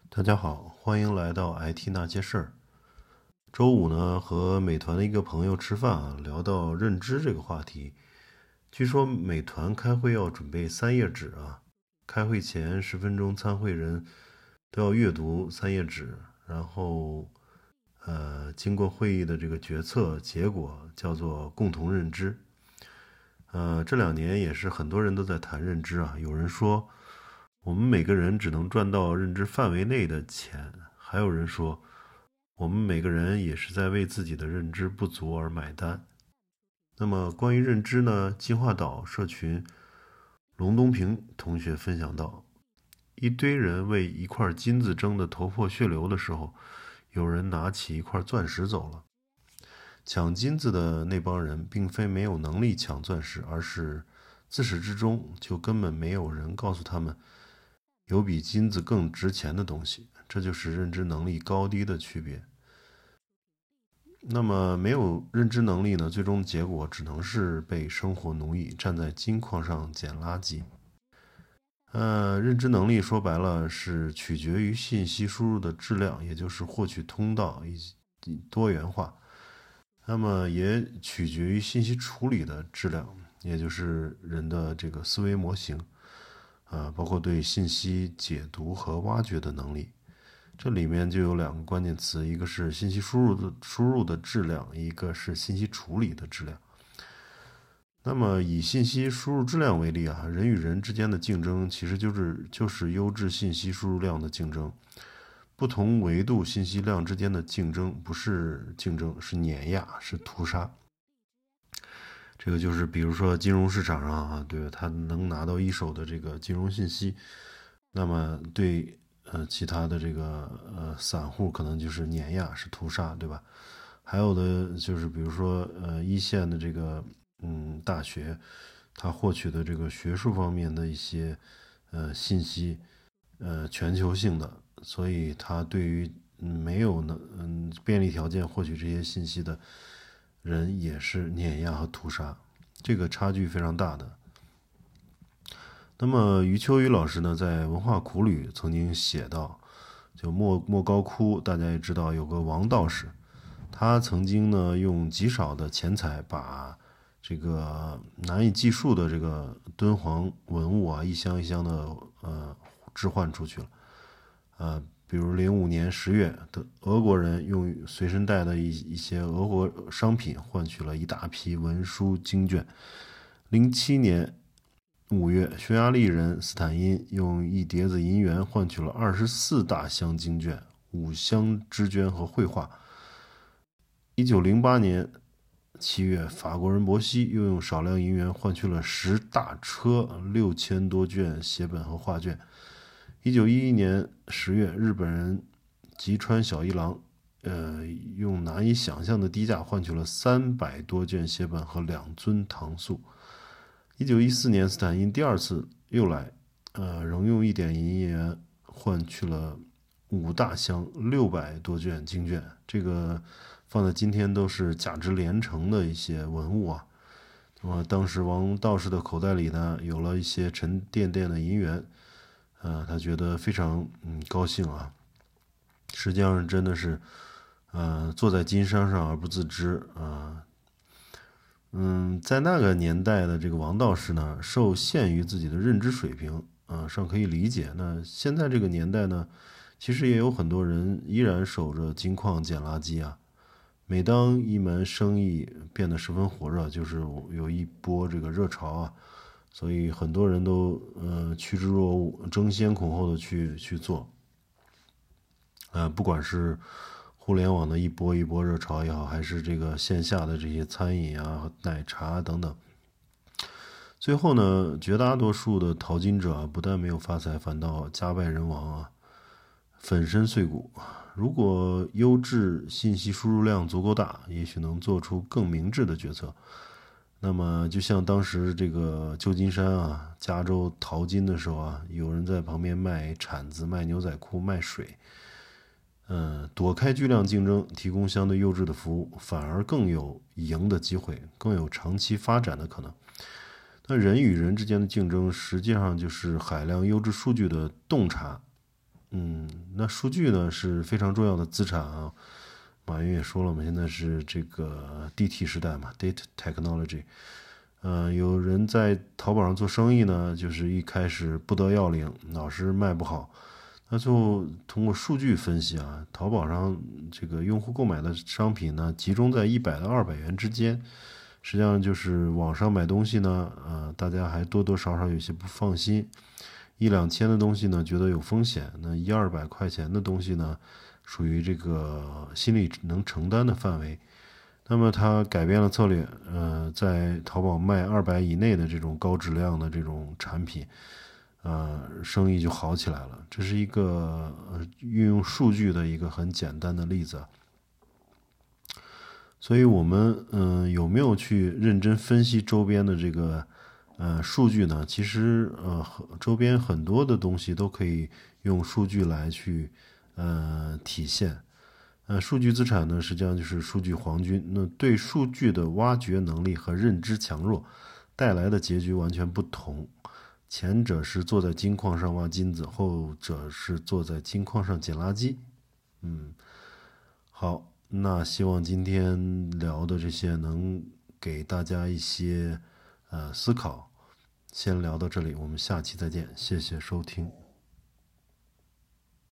大家好，欢迎来到 IT 那些事儿。周五呢，和美团的一个朋友吃饭啊，聊到认知这个话题。据说美团开会要准备3页纸啊，开会前10分钟，参会人都要阅读3页纸，然后经过会议的这个决策结果叫做共同认知。这2年也是很多人都在谈认知啊，有人说我们每个人只能赚到认知范围内的钱，还有人说我们每个人也是在为自己的认知不足而买单。那么关于认知呢，金话岛社群龙东平同学分享到，一堆人为一块金子争得头破血流的时候，有人拿起一块钻石走了。抢金子的那帮人并非没有能力抢钻石，而是自始至终就根本没有人告诉他们有比金子更值钱的东西，这就是认知能力高低的区别。那么没有认知能力呢，最终的结果只能是被生活奴役，站在金矿上捡垃圾。认知能力说白了是取决于信息输入的质量，也就是获取通道以及多元化。那么也取决于信息处理的质量，也就是人的这个思维模型，包括对信息解读和挖掘的能力。这里面就有2个关键词，一个是信息输入的质量，一个是信息处理的质量。那么以信息输入质量为例啊，人与人之间的竞争其实就是优质信息输入量的竞争。不同维度信息量之间的竞争不是竞争，是碾压，是屠杀。这个就是比如说金融市场上啊，对吧，他能拿到一手的这个金融信息，那么对其他的这个散户可能就是碾压，是屠杀，对吧？还有的就是比如说一线的这个大学，他获取的这个学术方面的一些信息，全球性的，所以他对于没有便利条件获取这些信息的人也是碾压和屠杀，这个差距非常大的。那么余秋雨老师呢，在文化苦旅曾经写到，就莫高窟，大家也知道有个王道士，他曾经呢用极少的钱财把这个难以计数的这个敦煌文物啊，一箱一箱的置换出去了。比如05年10月的俄国人用随身带的一些俄国商品换取了一大批文书经卷。07年5月，匈牙利人斯坦因用一叠子银元换取了24大箱经卷、5箱织绢和绘画。1908年7月，法国人伯希又用少量银元换取了10大车、6000多卷写本和画卷。1911年10月，日本人吉川小一郎，用难以想象的低价换取了300多卷写本和2尊唐塑。1914年，斯坦因第2次又来，仍用一点银元换取了5大箱600多卷经卷，这个放在今天都是价值连城的一些文物啊。那么当时王道士的口袋里呢，有了一些沉甸甸的银元，他觉得非常高兴啊。实际上真的是，坐在金山上而不自知啊。在那个年代的这个王道士呢，受限于自己的认知水平上可以理解。那现在这个年代呢，其实也有很多人依然守着金矿捡垃圾啊。每当一门生意变得十分火热，就是有一波这个热潮啊，所以很多人都趋之若鹜，争先恐后的去做。不管是互联网的一波一波热潮也好，还是这个线下的这些餐饮啊、奶茶等等，最后呢，绝大多数的淘金者不但没有发财，反倒家败人亡啊，粉身碎骨。如果优质信息输入量足够大，也许能做出更明智的决策。那么就像当时这个旧金山啊、加州淘金的时候啊，有人在旁边卖铲子、卖牛仔裤、卖水，躲开巨量竞争，提供相对优质的服务，反而更有赢的机会，更有长期发展的可能。那人与人之间的竞争，实际上就是海量优质数据的洞察。 那数据呢是非常重要的资产啊。马云也说了嘛，现在是这个 DT 时代嘛，Data Technology。有人在淘宝上做生意呢，就是一开始不得要领，老是卖不好，那就通过数据分析啊，淘宝上这个用户购买的商品呢，集中在100到200元之间。实际上就是网上买东西呢，大家还多多少少有些不放心，1、2千的东西呢，觉得有风险，那100-200块钱的东西呢，属于这个心里能承担的范围。那么他改变了策略，在淘宝卖200以内的这种高质量的这种产品，生意就好起来了。这是一个运用数据的一个很简单的例子。所以我们有没有去认真分析周边的这个数据呢？其实周边很多的东西都可以用数据来去体现。数据资产呢，实际上就是数据皇军。那对数据的挖掘能力和认知强弱带来的结局完全不同。前者是坐在金矿上挖金子，后者是坐在金矿上捡垃圾。好，那希望今天聊的这些能给大家一些思考。先聊到这里，我们下期再见，谢谢收听。